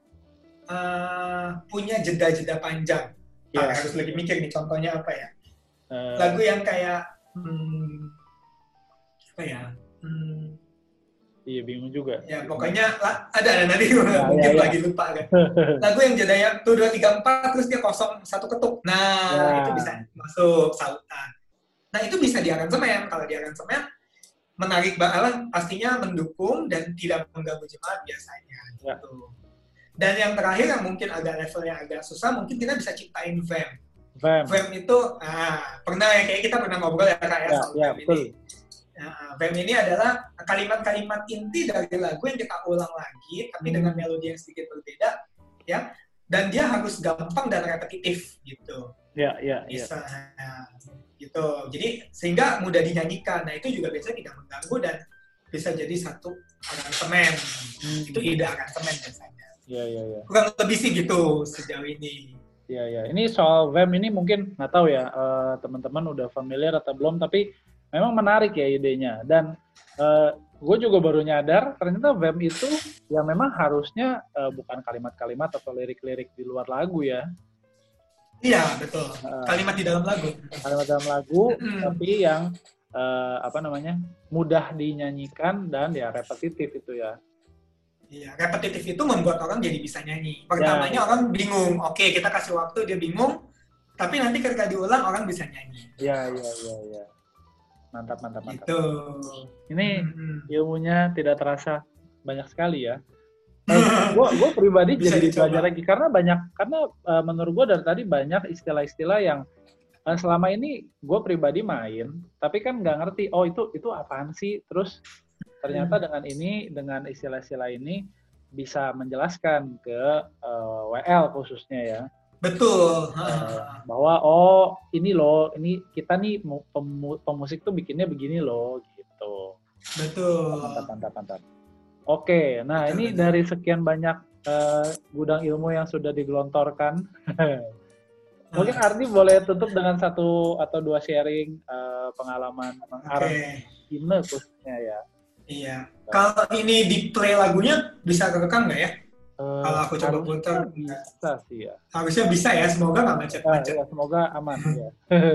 Speaker 2: uh, punya jeda-jeda panjang. Yeah. Nah, harus lagi mikir nih contohnya apa ya? Uh, lagu yang kayak hmm, apa ya? Hmm,
Speaker 1: iya bingung juga.
Speaker 2: Ya pokoknya lah, ada ada nanti ya, mungkin ya, lagi ya. Lupa kan. Lagu yang jedanya tuh dua tiga empat terus dia kosong satu ketuk. Nah ya. Itu bisa masuk sautan. Nah itu bisa di aransemen. Kalau di aransemen menarik banget, pastinya mendukung dan tidak mengganggu jemaat biasanya. Ya. Gitu. Dan yang terakhir yang mungkin agak levelnya agak susah, mungkin kita bisa ciptain vamp.
Speaker 1: Vamp.
Speaker 2: Vamp itu, ah, pernah ya kayak kita pernah ngobrol ya kak ya,
Speaker 1: ya soal ya, vamp betul.
Speaker 2: Ini. Nah, vamp ini adalah kalimat-kalimat inti dari lagu yang kita ulang lagi, tapi hmm. dengan melodi yang sedikit berbeda, ya. Dan dia harus gampang dan repetitif gitu.
Speaker 1: Ya, ya,
Speaker 2: bisa,
Speaker 1: ya.
Speaker 2: Nah, gitu. Jadi sehingga mudah dinyanyikan. Nah itu juga biasanya tidak mengganggu dan bisa jadi satu aransemen. Hmm. Itu ide aransemen biasanya.
Speaker 1: Ya, ya, ya.
Speaker 2: Kurang lebih sih gitu sejauh ini.
Speaker 1: Ya, ya. Ini soal vamp ini mungkin nggak tahu ya uh, teman-teman udah familiar atau belum, tapi memang menarik ya idenya. Dan uh, gue juga baru nyadar ternyata vamp itu ya memang harusnya uh, bukan kalimat-kalimat atau lirik-lirik di luar lagu ya.
Speaker 2: Iya betul. Uh, kalimat di dalam lagu.
Speaker 1: Kalimat dalam lagu, tapi yang uh, apa namanya mudah dinyanyikan dan ya repetitif itu ya.
Speaker 2: Iya, repetitif itu membuat orang jadi bisa nyanyi. Pertamanya ya. Orang bingung, oke kita kasih waktu dia bingung, tapi nanti ketika diulang orang bisa nyanyi.
Speaker 1: Iya, iya, iya, iya. Mantap, mantap, mantap.
Speaker 2: Gitu.
Speaker 1: Ini hmm. ilmunya tidak terasa banyak sekali ya. Gue gue pribadi jadi belajar lagi karena banyak karena uh, menurut gue dari tadi banyak istilah-istilah yang uh, selama ini gue pribadi main, tapi kan nggak ngerti. Oh itu itu apaan sih? Terus ternyata hmm. dengan ini, dengan istilah-istilah ini bisa menjelaskan ke uh, W L khususnya ya.
Speaker 2: Betul.
Speaker 1: Uh, bahwa oh ini loh, ini kita nih pemu, pemusik tuh bikinnya begini loh gitu.
Speaker 2: Betul.
Speaker 1: Mantap, mantap, mantap. Oke, nah betul, ini betul. Dari sekian banyak uh, gudang ilmu yang sudah digelontorkan, mungkin Ardi boleh tutup dengan satu atau dua sharing uh, pengalaman mengarang himne khususnya ya.
Speaker 2: Iya. Kalau ini di play lagunya bisa kerekam nggak ya? Uh, Kalau aku coba putar,
Speaker 1: bisa sih ya.
Speaker 2: Harusnya bisa ya. Semoga nggak macet-macet.
Speaker 1: Ya, ya, semoga aman ya.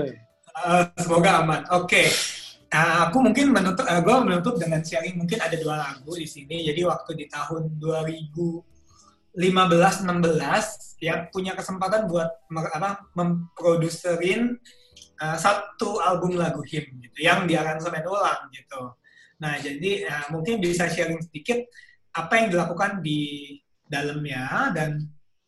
Speaker 2: uh, semoga aman. Oke. Okay. Uh, aku mungkin menutup. Uh, gue menutup dengan sharing mungkin ada dua lagu di sini. Jadi waktu di tahun dua ribu lima belas enam belas ya punya kesempatan buat apa memproduserin uh, satu album lagu him gitu yang diaransemen ulang gitu. Nah, jadi uh, mungkin bisa sharing sedikit apa yang dilakukan di dalamnya dan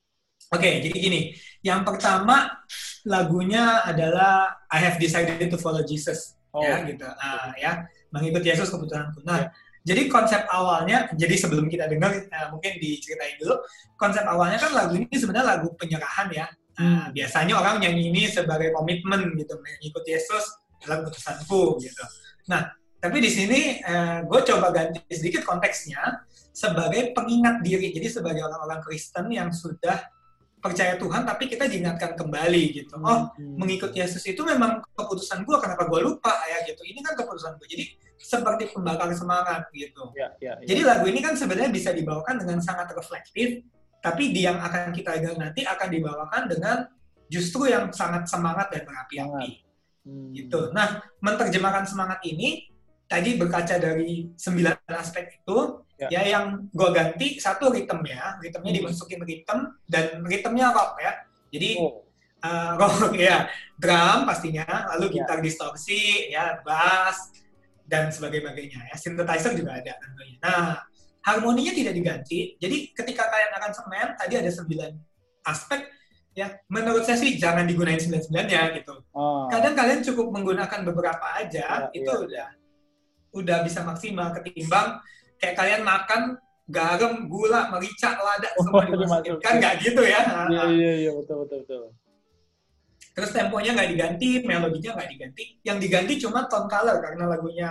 Speaker 2: Oke, okay, jadi gini. Yang pertama lagunya adalah I Have Decided to Follow Jesus, oh. ya gitu, uh, ya mengikut Yesus keputusanku. Nah, yeah. jadi konsep awalnya, jadi sebelum kita dengar, uh, mungkin diceritain dulu. Konsep awalnya kan lagu ini sebenarnya lagu penyerahan ya. Uh, hmm. Biasanya orang nyanyi ini sebagai komitmen gitu, mengikut Yesus adalah keputusanku gitu. Nah, tapi di sini uh, gue coba ganti sedikit konteksnya sebagai pengingat diri. Jadi sebagai orang-orang Kristen yang sudah percaya Tuhan, tapi kita diingatkan kembali gitu. Oh, hmm. mengikut Yesus itu memang keputusan gue, kenapa gue lupa ya gitu. Ini kan keputusan gue. Jadi seperti pembakar semangat gitu. Ya, ya, ya. Jadi lagu ini kan sebenarnya bisa dibawakan dengan sangat reflektif, tapi di yang akan kita dengar nanti akan dibawakan dengan justru yang sangat semangat dan berapi-api. Hmm. Gitu. Nah, menerjemahkan semangat ini tadi berkaca dari sembilan aspek itu. Ya. ya yang gue ganti satu ritmenya, ritmenya hmm. dimasukin ritm dan ritmenya rock ya. Jadi oh. uh, rock ya, drum pastinya, lalu ya. gitar distorsi, ya bass dan sebagainya ya. Synthesizer juga ada tentunya. Nah, harmoninya tidak diganti. Jadi ketika kalian akan semen, tadi ada sembilan aspek ya. Menurut saya sih jangan digunain sembilan-sembilannya gitu. Oh. Kadang kalian cukup menggunakan beberapa aja, ya, itu ya. udah udah bisa maksimal ketimbang kayak kalian makan garam, gula, merica, lada semua dimasukin. Kan nggak gitu ya.
Speaker 1: Iya, iya, iya, betul, betul, betul.
Speaker 2: Terus temponya nggak diganti, melodinya nggak diganti. Yang diganti cuma tone color karena lagunya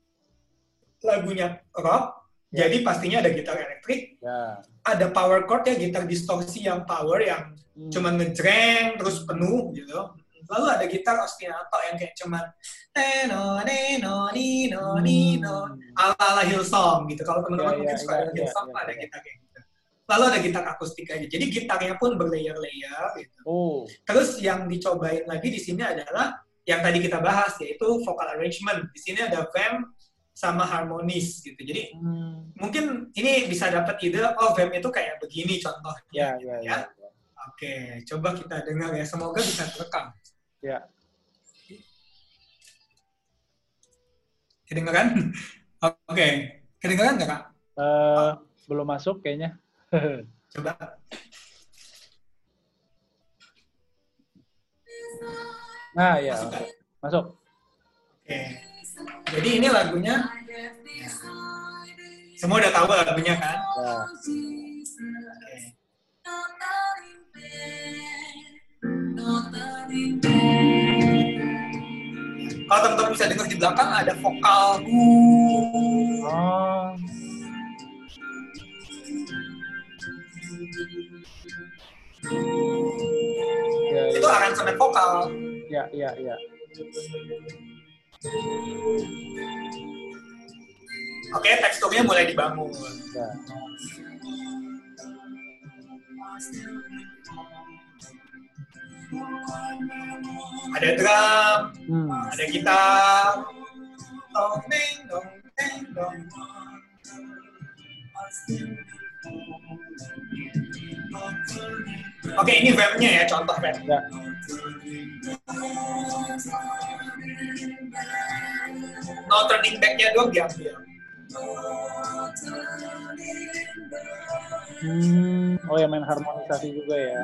Speaker 2: lagunya rock, ya. Jadi pastinya ada gitar elektrik, ya. Ada power chord ya, gitar distorsi yang power yang hmm. cuma ngejreng terus penuh gitu. Lalu ada gitar ostinato yang kayak cuman neno neno nino nino ala ala Hillsong gitu. Kalau teman-teman yeah, mungkin yeah, suka yeah, dengan Hillsong yeah, ada yeah. gitar kayak gitu. Lalu ada gitar akustik aja. Jadi gitarnya pun berlayer-layer gitu. Oh. Terus yang dicobain lagi di sini adalah yang tadi kita bahas yaitu vocal arrangement. Di sini ada vamp sama harmonis gitu. Jadi hmm. mungkin ini bisa dapat ide oh vamp itu kayak begini contohnya yeah, gitu yeah, ya. Yeah, yeah. Oke, coba kita dengar ya. Semoga bisa terekam.
Speaker 1: Ya.
Speaker 2: Kedengaran? Oke. Okay. Kedengaran nggak, Kak?
Speaker 1: Uh, oh. Belum masuk kayaknya.
Speaker 2: Coba.
Speaker 1: Nah, ya. Masuk. Okay. Masuk.
Speaker 2: Oke. Okay. Jadi ini lagunya. Ya. Semua udah tahu lagunya kan? Ya. Oke. Kalau teman-teman bisa dengar di belakang ada vokal. Oh. Ya, itu ya. Aransemen vokal.
Speaker 1: Ya, ya, ya.
Speaker 2: Oke, teksturnya mulai dibangun. Ya. Ada drum, hmm. ada gitar. Dong, ding, dong, ding, dong. Oke, ini vampnya ya, contoh vamp. Ya. No turning back-nya doang diambil.
Speaker 1: Hmm, oh ya main harmonisasi juga ya.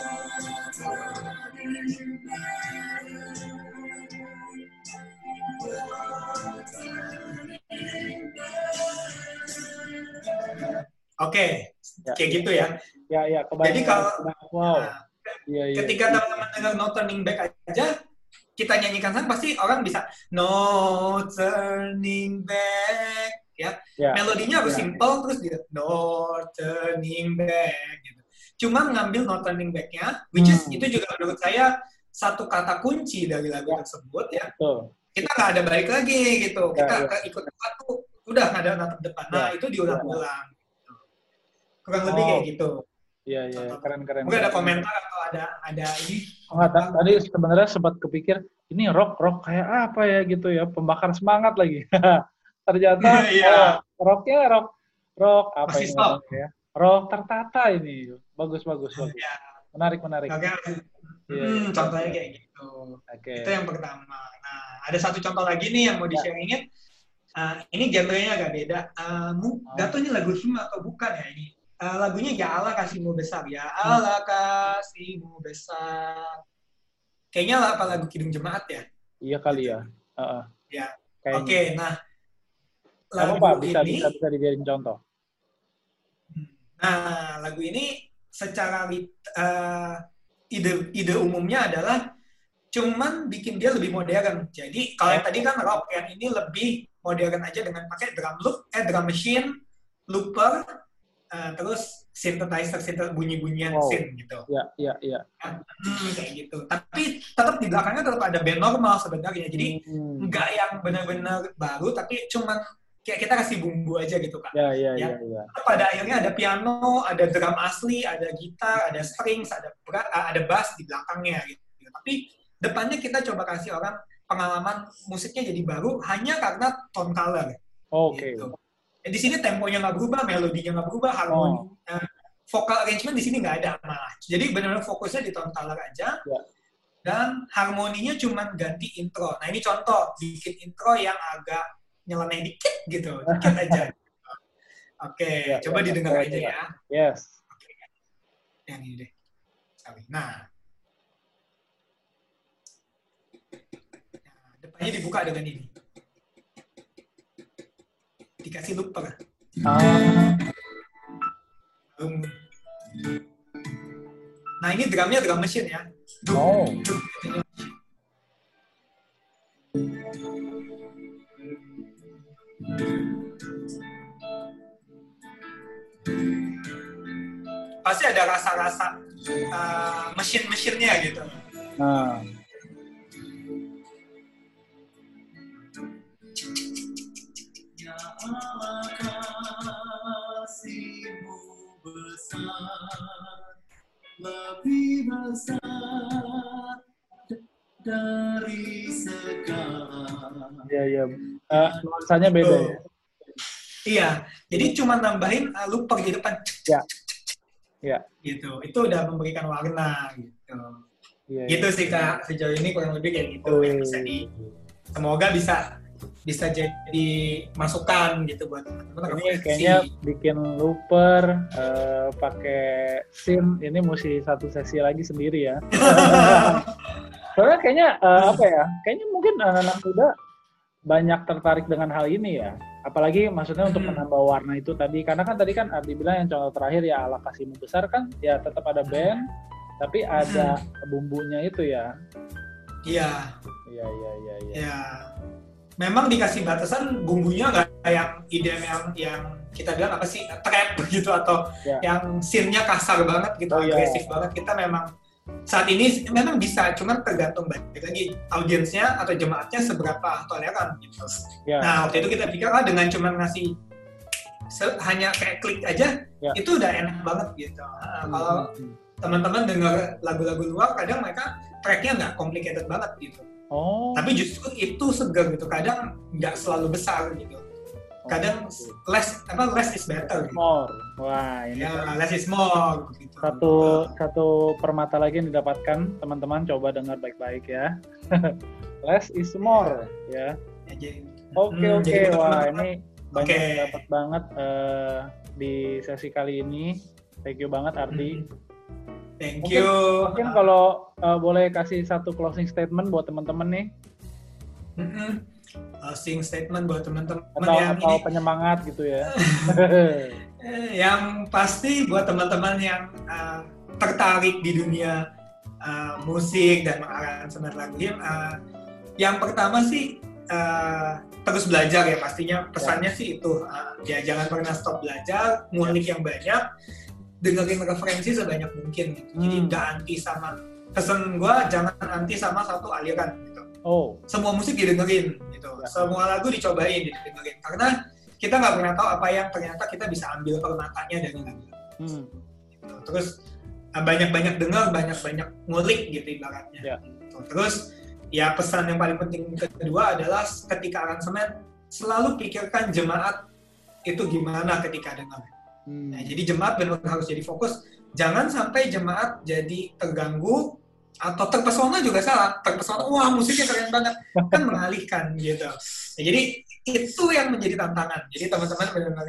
Speaker 2: Oke, ya, kayak gitu ya.
Speaker 1: Ya, ya. Kebanyakan.
Speaker 2: Jadi kalau
Speaker 1: wow.
Speaker 2: Nah,
Speaker 1: ya, ya,
Speaker 2: ketika
Speaker 1: ya.
Speaker 2: teman-teman dengar No Turning Back aja, kita nyanyikan kan pasti orang bisa No Turning Back, ya. ya. Melodinya harus ya. simple terus dia No Turning Back. Gitu. Cuma ngambil No Turning Back-nya, which is hmm. itu juga menurut saya satu kata kunci dari lagu ya. tersebut ya. Betul. Kita nggak ada balik lagi gitu. Kita ya, ya. ikut satu, udah nggak ada natap depan. Nah ya. itu diulang-ulang. Kurang lebih oh. kayak gitu.
Speaker 1: Iya iya keren-keren.
Speaker 2: Mungkin ada komentar atau ada ada ini.
Speaker 1: Enggak, tadi sebenarnya sempat kepikir ini rock rock kayak apa ya gitu ya, pembakar semangat lagi. Ternyata
Speaker 2: yeah.
Speaker 1: oh, rocknya rock rock apa Masih ini ya? Rock tertata ini. Bagus bagus bagus. Yeah. Menarik menarik.
Speaker 2: Oke. Okay. Yeah, hmm, yeah. Contohnya kayak gitu. Okay. Itu yang pertama. Nah, ada satu contoh lagi nih yang mau di-sharingin. Uh, ini genrenya agak beda. Uh, Gak tahu ini lagu him atau bukan ya ini. uh, lagunya Ya Allah Kasihmu Besar. Ya Allah Kasihmu Besar. Kayaknya apa lagu Kidung Jemaat ya?
Speaker 1: Iya kali ya. Uh-uh.
Speaker 2: Ya. Oke, okay, nah
Speaker 1: lagu apa, bisa, ini bisa bisa dijadiin contoh.
Speaker 2: Nah, lagu ini secara uh, ide ide umumnya adalah cuman bikin dia lebih modern. Jadi kalau yang tadi kan rock, yang ini lebih modern aja dengan pakai drum loop, eh drum machine, looper, uh, terus synthesizer, synthesizer bunyi-bunyian wow. synth gitu.
Speaker 1: Iya, iya, iya.
Speaker 2: Hmm, kayak gitu. Tapi tetap di belakangnya tetap ada band normal sebenarnya. Jadi hmm. nggak yang benar-benar baru, tapi cuman kayak kita kasih bumbu aja gitu kan.
Speaker 1: Iya, iya, iya. Ya.
Speaker 2: Pada akhirnya ada piano, ada drum asli, ada gitar, ada strings, ada ada bass di belakangnya gitu. Tapi depannya kita coba kasih orang pengalaman musiknya jadi baru hanya karena tone color.
Speaker 1: Oke. Okay.
Speaker 2: Gitu. Di sini temponya nggak berubah, melodinya nggak berubah, harmoni, oh. uh, vocal arrangement di sini nggak ada malah. Jadi benar-benar fokusnya di tone color aja. Ya. Dan harmoninya cuma ganti intro. Nah ini contoh bikin intro yang agak nyeleneh dikit gitu, dikit aja. Oke, okay, ya, coba ya, didengar ya, aja ya.
Speaker 1: Yes.
Speaker 2: Oke. Okay. Yang ini deh. Sorry. Nah. nah, depannya dibuka dengan ini. Dikasih looper.
Speaker 1: Uh.
Speaker 2: Um. Nah, ini drumnya drum machine ya.
Speaker 1: Oh.
Speaker 2: Pasti ada rasa-rasa uh, mesin-mesinnya gitu.
Speaker 1: Nah.
Speaker 3: Ya Allah kasihmu besar, lebih besar dari segala.
Speaker 1: Iya, iya. Uh, nuansanya beda ya.
Speaker 2: Iya, jadi cuma nambahin uh, looper di depan.
Speaker 1: Ya. Ya.
Speaker 2: Gitu. Itu udah memberikan warna gitu. Ya, gitu ya. Sih Kak, sejauh ini kurang lebih kayak gitu.
Speaker 1: Oh.
Speaker 2: Yang bisa di semoga bisa bisa jadi masukan gitu buat teman-teman.
Speaker 1: Ini kayaknya bikin looper uh, pakai sim ini mesti satu sesi lagi sendiri ya. Soalnya kayaknya uh, apa ya? Kayaknya mungkin anak-anak muda banyak tertarik dengan hal ini ya. Apalagi maksudnya untuk menambah warna itu tadi. Karena kan tadi kan Ardi bilang yang contoh terakhir ya Allah Kasihmu Besar kan ya tetap ada band, tapi ada bumbunya itu ya.
Speaker 2: Iya.
Speaker 1: Iya, iya, iya. Iya.
Speaker 2: Ya. Memang dikasih batasan bumbunya nggak yang idem yang yang kita bilang apa sih trap gitu atau ya. Yang scene-nya kasar banget gitu, oh, agresif ya. Banget. Kita memang saat ini memang bisa, cuman tergantung balik lagi audiensnya atau jemaatnya seberapa toleran gitu. Ya. Nah waktu itu kita pikir ah dengan cuma ngasih se- hanya kayak klik aja ya. Itu udah enak banget gitu. Nah, hmm. Kalau teman-teman dengar lagu-lagu luar kadang mereka tracknya nggak complicated banget gitu.
Speaker 1: Oh.
Speaker 2: Tapi justru itu segar gitu. Kadang nggak selalu besar gitu. Kadang oh. less apa less is better. Gitu.
Speaker 1: More. Wah ini.
Speaker 2: Ya less is more. Gitu.
Speaker 1: Satu satu permata lagi yang didapatkan teman-teman coba dengar baik-baik ya. Less is more ya. Oke ya, oke okay, okay. Wah ini banyak okay. dapat banget uh, di sesi kali ini. Thank you banget Ardi. Hmm.
Speaker 2: Thank
Speaker 1: mungkin,
Speaker 2: you.
Speaker 1: Mungkin kalau uh, boleh kasih satu closing statement buat teman-teman nih.
Speaker 2: Mm-hmm. Closing statement buat teman-teman
Speaker 1: atau,
Speaker 2: yang
Speaker 1: atau
Speaker 2: ini.
Speaker 1: penyemangat gitu ya.
Speaker 2: Yang pasti buat teman-teman yang uh, tertarik di dunia uh, musik dan mengaransemen lagu him, uh, yang pertama sih uh, terus belajar ya pastinya pesannya ya. Sih itu uh, ya jangan pernah stop belajar, ngulik yang banyak. Dengerin referensi sebanyak mungkin gitu. Hmm. Jadi nggak anti sama pesan gue jangan anti sama satu aliran gitu.
Speaker 1: Oh.
Speaker 2: Semua musik didengerin gitu. Ya. Semua lagu dicobain didengerin karena kita nggak pernah tahu apa yang ternyata kita bisa ambil permatanya dari lagu. Hmm. Gitu. Terus banyak-banyak dengar, banyak-banyak ngulik gitu ibaratnya. Ya. Gitu. Terus ya pesan yang paling penting kedua adalah ketika aransemen selalu pikirkan jemaat itu gimana ketika dengar. Hmm. Nah, jadi jemaat benar harus jadi fokus. Jangan sampai jemaat jadi terganggu atau terpesona juga salah. Terpesona, wah musiknya keren banget, kan mengalihkan gitu. Nah, jadi itu yang menjadi tantangan. Jadi teman-teman benar-benar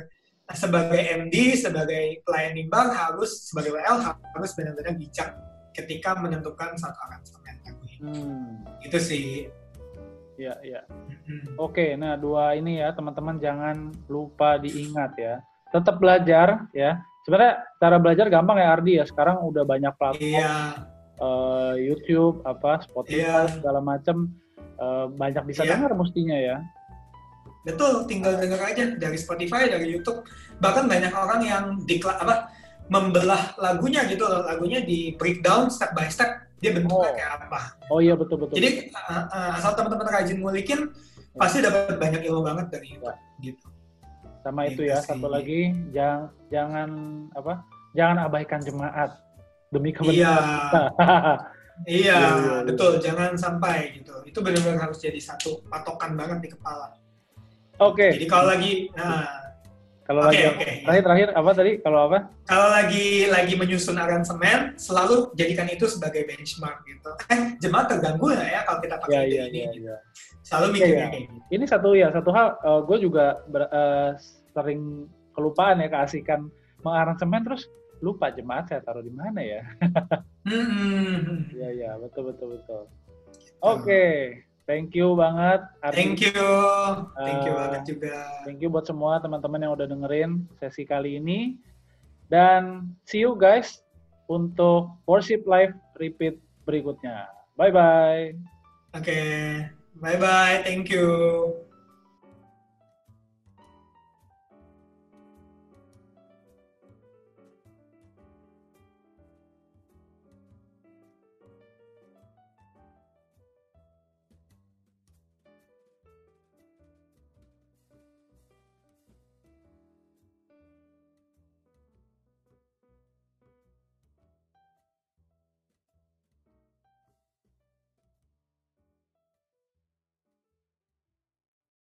Speaker 2: sebagai M D, sebagai pelayan bimbang harus sebagai W L harus benar-benar bijak ketika menentukan satu aransemen lagu himne. Hmm. Itu sih.
Speaker 1: Ya, ya. Hmm. Oke, nah dua ini ya teman-teman jangan lupa diingat ya. Tetap belajar ya. Sebenarnya cara belajar gampang ya Ardi ya. Sekarang udah banyak platform, yeah. uh, YouTube, apa Spotify yeah. segala macam uh, banyak bisa yeah. dengar mestinya ya.
Speaker 2: Betul, tinggal dengar aja dari Spotify, dari YouTube. Bahkan banyak orang yang di apa membelah lagunya gitu loh, lagunya di breakdown step by step dia bentuknya oh. kayak apa.
Speaker 1: Oh iya betul betul.
Speaker 2: Jadi uh, uh, asal teman-teman rajin ngulikin ya. Pasti dapat banyak ilmu banget dari itu. Ya. Gitu.
Speaker 1: Sama itu ya, satu lagi jangan jangan apa? Jangan abaikan jemaat demi kebenaran.
Speaker 2: Iya. iya, iya, betul. Jangan sampai gitu. Itu benar-benar harus jadi satu patokan banget di kepala.
Speaker 1: Oke. Okay.
Speaker 2: Jadi kalau lagi, nah,
Speaker 1: kalau okay, lagi okay. terakhir terakhir apa tadi? Kalau apa?
Speaker 2: Kalau lagi lagi menyusun aransemen, selalu jadikan itu sebagai benchmark gitu. Eh, jemaat terganggu nggak ya kalau kita pakai
Speaker 1: ya,
Speaker 2: ide
Speaker 1: ya,
Speaker 2: ini?
Speaker 1: Ya,
Speaker 2: gitu.
Speaker 1: ya.
Speaker 2: Selalu mikirnya kayak gitu.
Speaker 1: Ini satu ya, satu hal. Uh, gue juga ber, uh, sering kelupaan ya keasikan mengaransemen terus lupa jemaat saya taruh di mana ya?
Speaker 2: hmm.
Speaker 1: Iya iya betul betul betul. Oke. Okay. Thank you banget.
Speaker 2: Ardi. Thank you. Thank you uh, banget juga.
Speaker 1: Thank you buat semua teman-teman yang udah dengerin sesi kali ini. Dan see you guys untuk Worship Live repeat berikutnya. Bye-bye.
Speaker 2: Oke. Okay. Bye-bye. Thank you.